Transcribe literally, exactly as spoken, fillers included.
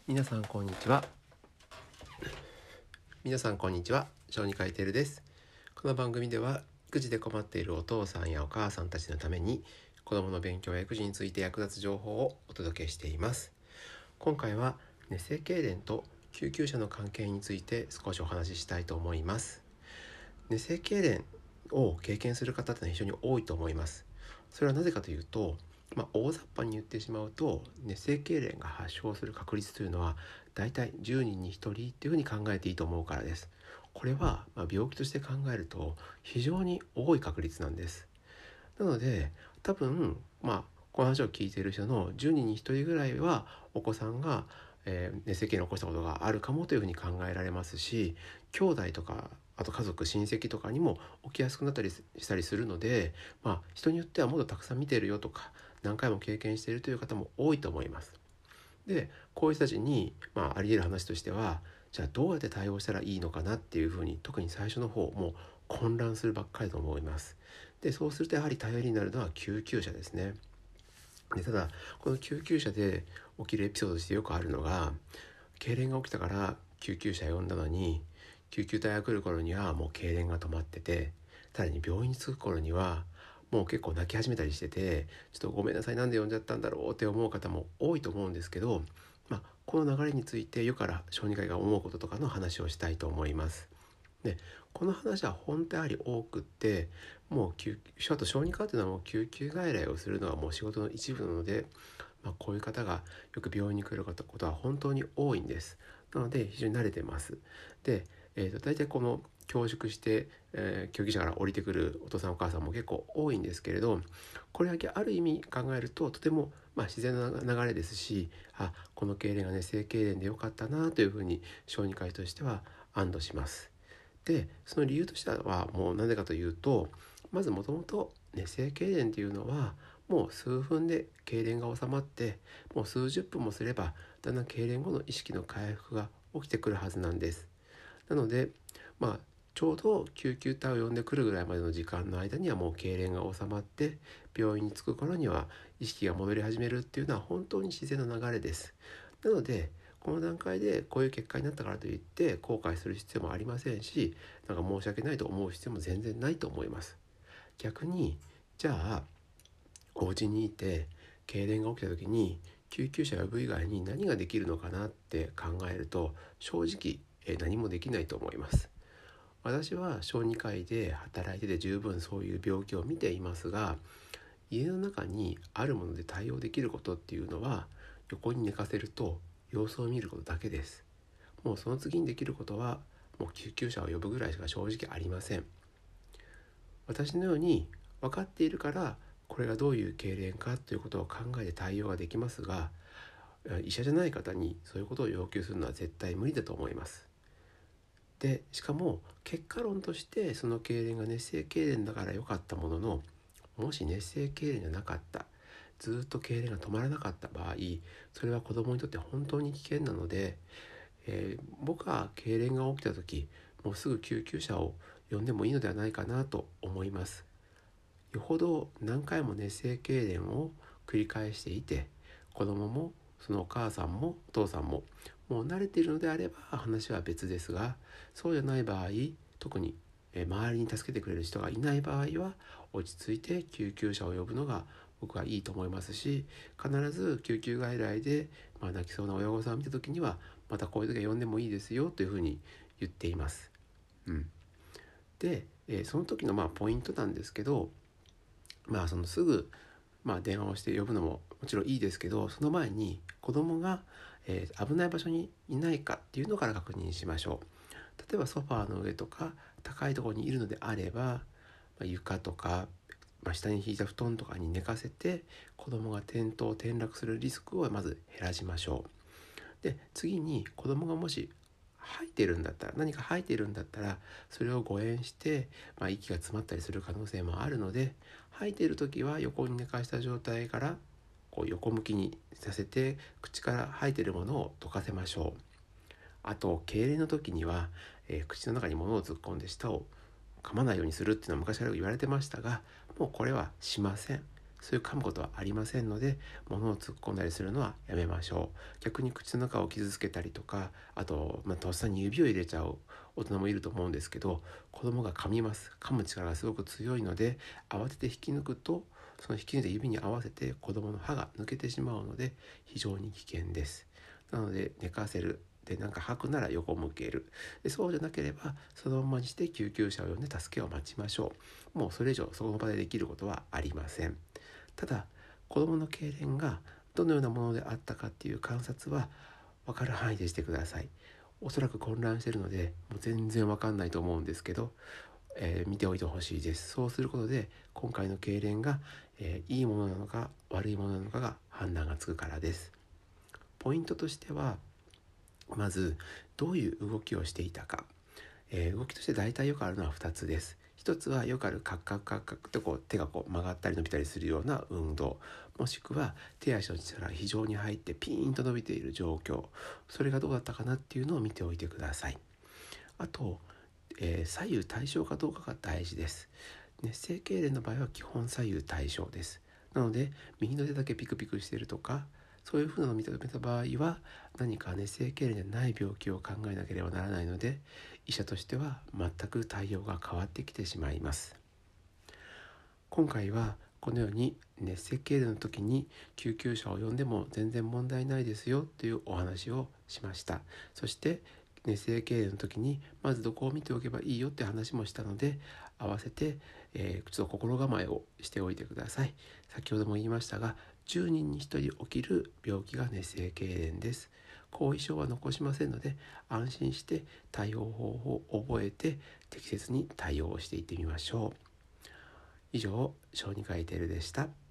皆さんこんにちは皆さんこんにちは小児科医テルです。この番組では育児で困っているお父さんやお母さんたちのために子どもの勉強や育児について役立つ情報をお届けしています。今回は熱性痙攣と救急車の関係について少しお話ししたいと思います。熱性痙攣を経験する方って非常に多いと思います。それはなぜかというと、まあ、大雑把に言ってしまうと熱性痙攣が発症する確率というのはだいたいじゅうにんにひとりというふうに考えていいと思うからです。これはまあ病気として考えると非常に多い確率なんです。なので多分まあこの話を聞いている人のじゅうにんにひとりぐらいはお子さんが、えー、熱性痙攣を起こしたことがあるかもというふうに考えられますし、兄弟とかあと家族親戚とかにも起きやすくなったりしたりするので、まあ、人によってはもっとたくさん見ているよとか何回も経験しているという方も多いと思います。でこういう人たちに、まあ、あり得る話としては、じゃあどうやって対応したらいいのかなっていうふうに特に最初の方もう混乱するばっかりと思います。でそうするとやはり頼りになるのは救急車ですね。でただこの救急車で起きるエピソードとしてよくあるのが、痙攣が起きたから救急車呼んだのに救急隊が来る頃にはもう痙攣が止まってて、さらに病院に着く頃にはもう結構泣き始めたりしてて、ちょっとごめんなさいなんで呼んじゃったんだろうって思う方も多いと思うんですけど、まあ、この流れについてよから小児科医が思うこととかの話をしたいと思います。でこの話は本当やはり多くって、もう救急あと小児科っていうのはもう救急外来をするのはもう仕事の一部なので、まあ、こういう方がよく病院に来ることは本当に多いんです。なので非常に慣れてます。で、えー、と大体この恐縮して、えー、救急車から降りてくるお父さんお母さんも結構多いんですけれど、これだけある意味考えるととてもまあ自然な流れですし、あこの痙攣が熱性痙攣でよかったなというふうに小児科医としては安堵します。でその理由としてはもうなぜかというと、まずもともと熱性痙攣っていうのはもう数分で痙攣が収まって、もう数十分もすればだんだん痙攣後の意識の回復が起きてくるはずなんです。なのでまあちょうど救急隊を呼んでくるぐらいまでの時間の間にはもう痙攣が収まって病院に着く頃には意識が戻り始めるっていうのは本当に自然な流れです。なのでこの段階でこういう結果になったからといって後悔する必要もありませんし、なんか申し訳ないと思う必要も全然ないと思います。逆にじゃあお家にいて痙攣が起きた時に救急車を呼ぶ以外に何ができるのかなって考えると、正直え何もできないと思います。私は小児科医で働いてて十分そういう病気を見ていますが、家の中にあるもので対応できることっていうのは横に寝かせると様子を見ることだけです。もうその次にできることはもう救急車を呼ぶぐらいしか正直ありません。私のように分かっているからこれがどういう痙攣かということを考えて対応ができますが、医者じゃない方にそういうことを要求するのは絶対無理だと思います。でしかも結果論としてその痙攣が熱性痙攣だから良かったものの、もし熱性痙攣じゃなかった、ずっと痙攣が止まらなかった場合、それは子どもにとって本当に危険なので、えー、僕は痙攣が起きた時もうすぐ救急車を呼んでもいいのではないかなと思います。よほど何回も熱性痙攣を繰り返していて、子供もそのお母さんもお父さんももう慣れているのであれば話は別ですが、そうじゃない場合、特に周りに助けてくれる人がいない場合は落ち着いて救急車を呼ぶのが僕はいいと思いますし、必ず救急外来で、まあ、泣きそうな親御さんを見た時にはまたこういう時は呼んでもいいですよというふうに言っています。うん、で、えー、その時のまあポイントなんですけど、まあそのすぐまあ電話をして呼ぶのももちろんいいですけど、その前に子供が、えー、危ない場所にいないかっていうのから確認しましょう。例えばソファーの上とか高いところにいるのであれば、まあ、床とか、まあ、下に引いた布団とかに寝かせて子供が転倒転落するリスクをまず減らしましょう。で次に子供がもし吐いてるんだったら何か吐いてるんだったらそれを誤嚥して、まあ、息が詰まったりする可能性もあるので、吐いている時は横に寝かした状態からこう横向きにさせて口から吐いているものを溶かせましょう。あと痙攣の時には、えー、口の中に物を突っ込んで舌を噛まないようにするっていうのは昔から言われてましたが、もうこれはしません。 そういう噛むことはありませんので、物を突っ込んだりするのはやめましょう。逆に口の中を傷つけたりとか、あと、まあ、とっさに指を入れちゃう大人もいると思うんですけど、子供が噛みます。噛む力がすごく強いので、慌てて引き抜くと、その引き抜いた指に合わせて子供の歯が抜けてしまうので非常に危険です。なので寝かせる。で、なんか吐くなら横向ける。で、そうじゃなければそのままにして救急車を呼んで助けを待ちましょう。もうそれ以上その場でできることはありません。ただ、子供の痙攣がどのようなものであったかっていう観察は分かる範囲でしてください。おそらく混乱しているのでもう全然分かんないと思うんですけど、えー見ておいてほしいです。そうすることで今回の痙攣が、えーいいものなのか悪いものなのかが判断がつくからです。ポイントとしては、まずどういう動きをしていたか、えー動きとして大体よくあるのはふたつです。ひとつはよくあるカッカッカッカッとこう手がこう曲がったり伸びたりするような運動、もしくは手足の力が非常に入ってピーンと伸びている状況、それがどうだったかなっていうのを見ておいてください。あと、えー左右対称かどうかが大事です。熱性痙攣の場合は基本左右対称です。なので右の手だけピクピクしているとか、そういうふうなのを認めた場合は何か熱性痙攣じゃない病気を考えなければならないので、医者としては全く対応が変わってきてしまいます。今回はこのように熱性痙攣の時に救急車を呼んでも全然問題ないですよというお話をしました。そして熱性痙攣の時にまずどこを見ておけばいいよって話もしたので、合わせて、えー、ちょっと心構えをしておいてください。先ほども言いましたが、じゅうにんにひとり起きる病気が熱性痙攣です。後遺症は残しませんので、安心して対応方法を覚えて適切に対応していってみましょう。以上、小児科医テルでした。